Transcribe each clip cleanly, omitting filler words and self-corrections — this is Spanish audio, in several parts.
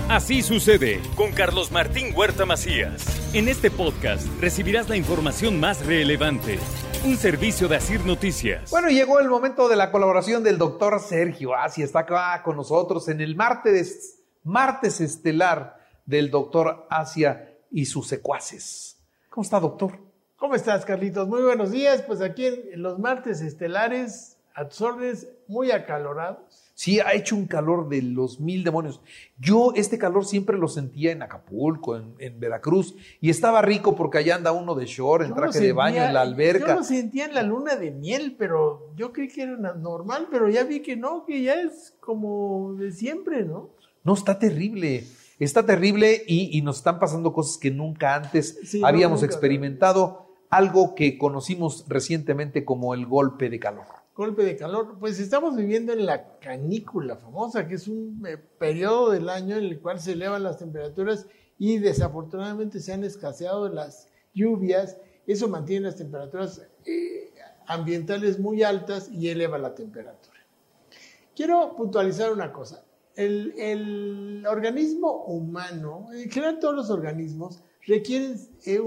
Así sucede con Carlos Martín Huerta Macías. En este podcast recibirás la información más relevante. Un servicio de Asir Noticias. Bueno, llegó el momento de la colaboración del doctor Sergio Asia. Está acá con nosotros en el martes estelar del doctor Asia y sus secuaces. ¿Cómo está, doctor? ¿Cómo estás, Carlitos? Muy buenos días. Pues aquí en los martes estelares, a tus órdenes, muy acalorados. Sí, ha hecho un calor de los mil demonios. Yo este calor siempre lo sentía en Acapulco, en Veracruz, y estaba rico porque allá anda uno de short, en traje de baño, en la alberca. Yo lo sentía en la luna de miel, pero yo creí que era normal, pero ya vi que no, que ya es como de siempre, ¿no? No, está terrible y nos están pasando cosas que nunca antes habíamos experimentado, algo que conocimos recientemente como el golpe de calor. Golpe de calor, pues estamos viviendo en la canícula famosa, que es un periodo del año en el cual se elevan las temperaturas y desafortunadamente se han escaseado las lluvias. Eso mantiene las temperaturas ambientales muy altas y eleva la temperatura. Quiero puntualizar una cosa. El organismo humano, en general todos los organismos, requieren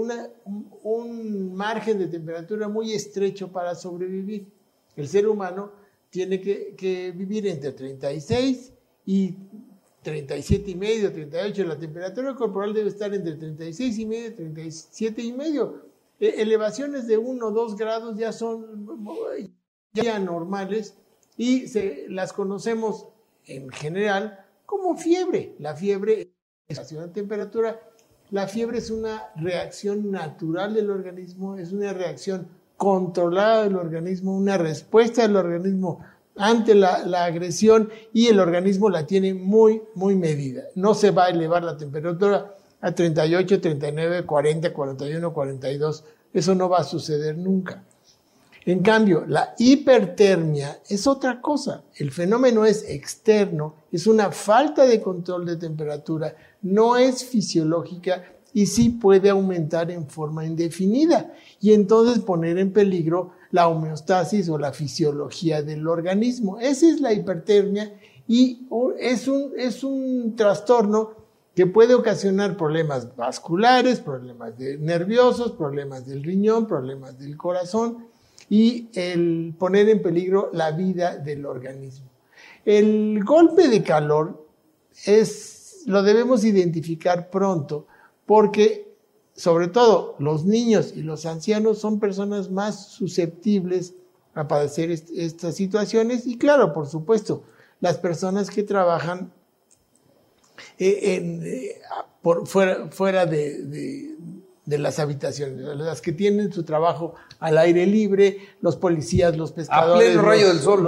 un margen de temperatura muy estrecho para sobrevivir. El ser humano tiene que vivir entre 36 y 37 y medio, 38. La temperatura corporal debe estar entre 36 y medio y 37 y medio. Elevaciones de 1 o 2 grados ya son ya normales y las conocemos en general como fiebre. La fiebre es una temperatura. La fiebre es una reacción natural del organismo, es una reacción controlada del organismo, una respuesta del organismo ante la agresión, y el organismo la tiene muy, muy medida. No se va a elevar la temperatura a 38, 39, 40, 41, 42. Eso no va a suceder nunca. En cambio, la hipertermia es otra cosa. El fenómeno es externo, es una falta de control de temperatura, no es fisiológica y sí puede aumentar en forma indefinida y entonces poner en peligro la homeostasis o la fisiología del organismo. Esa es la hipertermia y es un trastorno que puede ocasionar problemas vasculares, problemas nerviosos, problemas del riñón, problemas del corazón y el poner en peligro la vida del organismo. El golpe de calor lo debemos identificar pronto, porque sobre todo los niños y los ancianos son personas más susceptibles a padecer estas situaciones y claro, por supuesto, las personas que trabajan fuera de las habitaciones, las que tienen su trabajo al aire libre, los policías, los pescadores, a pleno rayo del sol,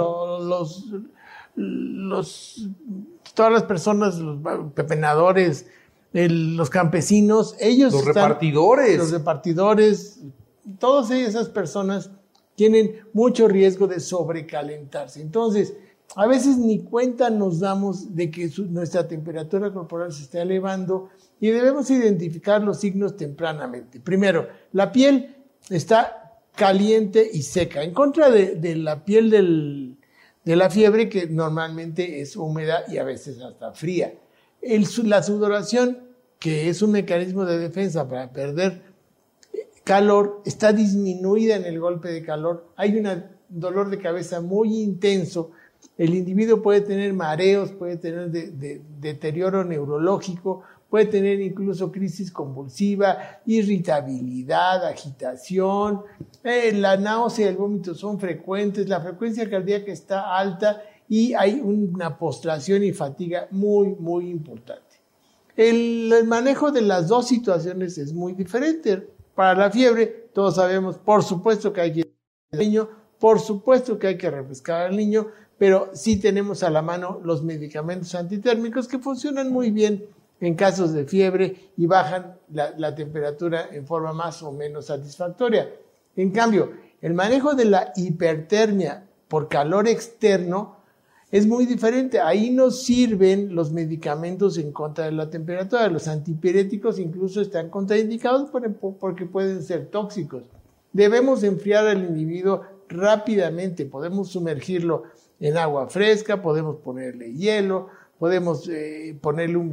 todas las personas, los pepenadores, los campesinos, los repartidores, todas esas personas tienen mucho riesgo de sobrecalentarse. Entonces, a veces ni cuenta nos damos de que nuestra temperatura corporal se está elevando y debemos identificar los signos tempranamente. Primero, la piel está caliente y seca, en contra de la piel de la fiebre, que normalmente es húmeda y a veces hasta fría. La sudoración, que es un mecanismo de defensa para perder calor, está disminuida en el golpe de calor. Hay un dolor de cabeza muy intenso. El individuo puede tener mareos, puede tener deterioro neurológico, puede tener incluso crisis convulsiva, irritabilidad, agitación. La náusea y el vómito son frecuentes, la frecuencia cardíaca está alta y hay una postración y fatiga muy, muy importante. El manejo de las dos situaciones es muy diferente. Para la fiebre, todos sabemos, por supuesto que hay que ir al niño, por supuesto que hay que refrescar al niño, pero sí tenemos a la mano los medicamentos antitérmicos que funcionan muy bien en casos de fiebre y bajan la temperatura en forma más o menos satisfactoria. En cambio, el manejo de la hipertermia por calor externo es muy diferente. Ahí nos sirven los medicamentos en contra de la temperatura. Los antipiréticos incluso están contraindicados porque pueden ser tóxicos. Debemos enfriar al individuo rápidamente. Podemos sumergirlo en agua fresca, podemos ponerle hielo, podemos ponerle un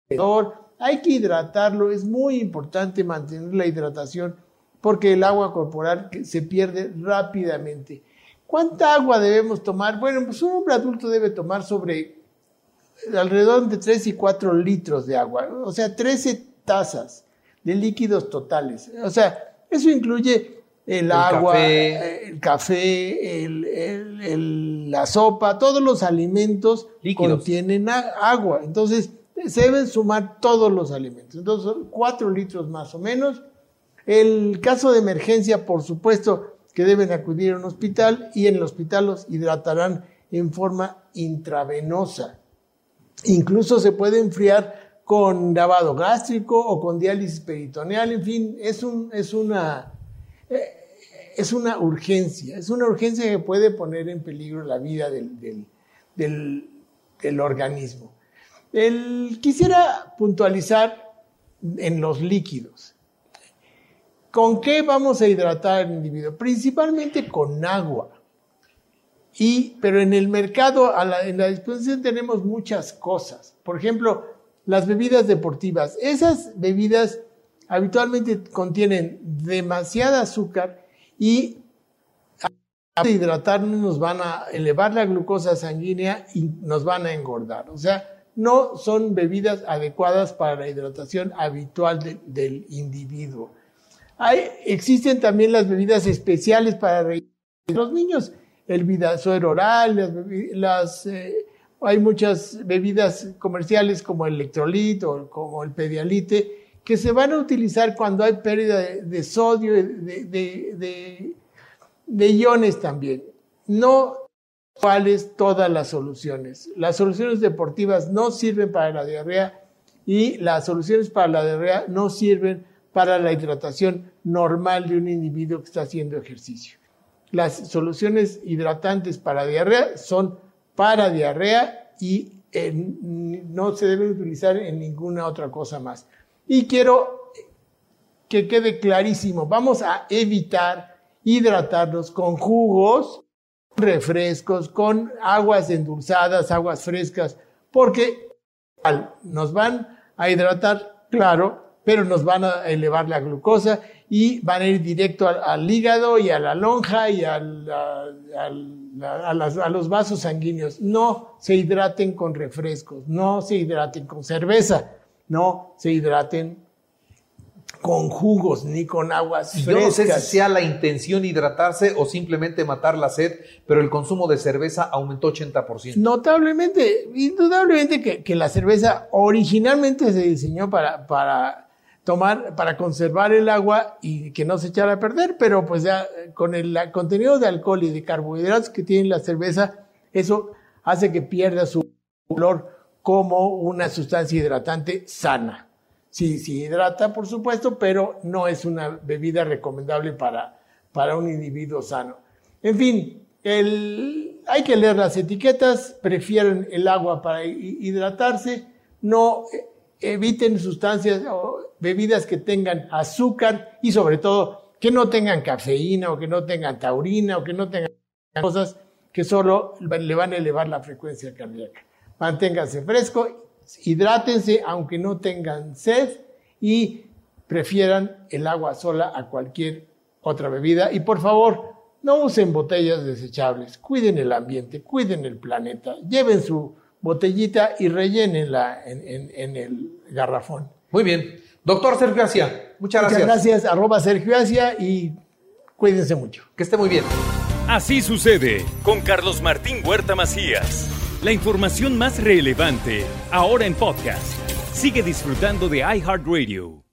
Hay que hidratarlo, es muy importante mantener la hidratación porque el agua corporal se pierde rápidamente. ¿Cuánta agua debemos tomar? Bueno, pues un hombre adulto debe tomar alrededor de 3 y 4 litros de agua, o sea, 13 tazas de líquidos totales. O sea, eso incluye el agua, el café, la sopa, todos los alimentos líquidos contienen agua. Entonces, se deben sumar todos los alimentos. Entonces, son 4 litros más o menos. El caso de emergencia, por supuesto, que deben acudir a un hospital y en el hospital los hidratarán en forma intravenosa. Incluso se puede enfriar con lavado gástrico o con diálisis peritoneal. En fin, es una urgencia. Es una urgencia que puede poner en peligro la vida del organismo. Quisiera puntualizar en los líquidos. ¿Con qué vamos a hidratar al individuo? Principalmente con agua. Pero en el mercado, en la disposición tenemos muchas cosas. Por ejemplo, las bebidas deportivas. Esas bebidas habitualmente contienen demasiada azúcar y al hidratarnos nos van a elevar la glucosa sanguínea y nos van a engordar. O sea, no son bebidas adecuadas para la hidratación habitual del individuo. Existen también las bebidas especiales para los niños, el Vidasuero oral, hay muchas bebidas comerciales como el Electrolit o como el Pedialite que se van a utilizar cuando hay pérdida de sodio, de iones también. No cuáles todas las soluciones. Las soluciones deportivas no sirven para la diarrea y las soluciones para la diarrea no sirven para la hidratación normal de un individuo que está haciendo ejercicio. Las soluciones hidratantes para diarrea son para diarrea y no se deben utilizar en ninguna otra cosa más. Y quiero que quede clarísimo, vamos a evitar hidratarnos con jugos, refrescos, con aguas endulzadas, aguas frescas, porque nos van a hidratar, claro, pero nos van a elevar la glucosa y van a ir directo al hígado y a la lonja y a los vasos sanguíneos. No se hidraten con refrescos, no se hidraten con cerveza, no se hidraten con jugos ni con aguas frescas. Yo no sé si sea la intención hidratarse o simplemente matar la sed, pero el consumo de cerveza aumentó 80%. Notablemente, indudablemente que la cerveza originalmente se diseñó para conservar el agua y que no se echara a perder, pero pues ya con el contenido de alcohol y de carbohidratos que tiene la cerveza, eso hace que pierda su valor como una sustancia hidratante sana. Sí hidrata, por supuesto, pero no es una bebida recomendable para un individuo sano. En fin, hay que leer las etiquetas, prefieren el agua para hidratarse, no eviten sustancias o bebidas que tengan azúcar y sobre todo que no tengan cafeína o que no tengan taurina o que no tengan cosas que solo le van a elevar la frecuencia cardíaca. Manténganse fresco, hidrátense aunque no tengan sed y prefieran el agua sola a cualquier otra bebida. Y por favor, no usen botellas desechables, cuiden el ambiente, cuiden el planeta, lleven su botellita y rellénenla en el garrafón. Muy bien. Doctor Sergio Asia, muchas gracias. Muchas gracias, @Sergio Asia y cuídense mucho. Que esté muy bien. Así sucede con Carlos Martín Huerta Macías. La información más relevante, ahora en podcast. Sigue disfrutando de iHeartRadio.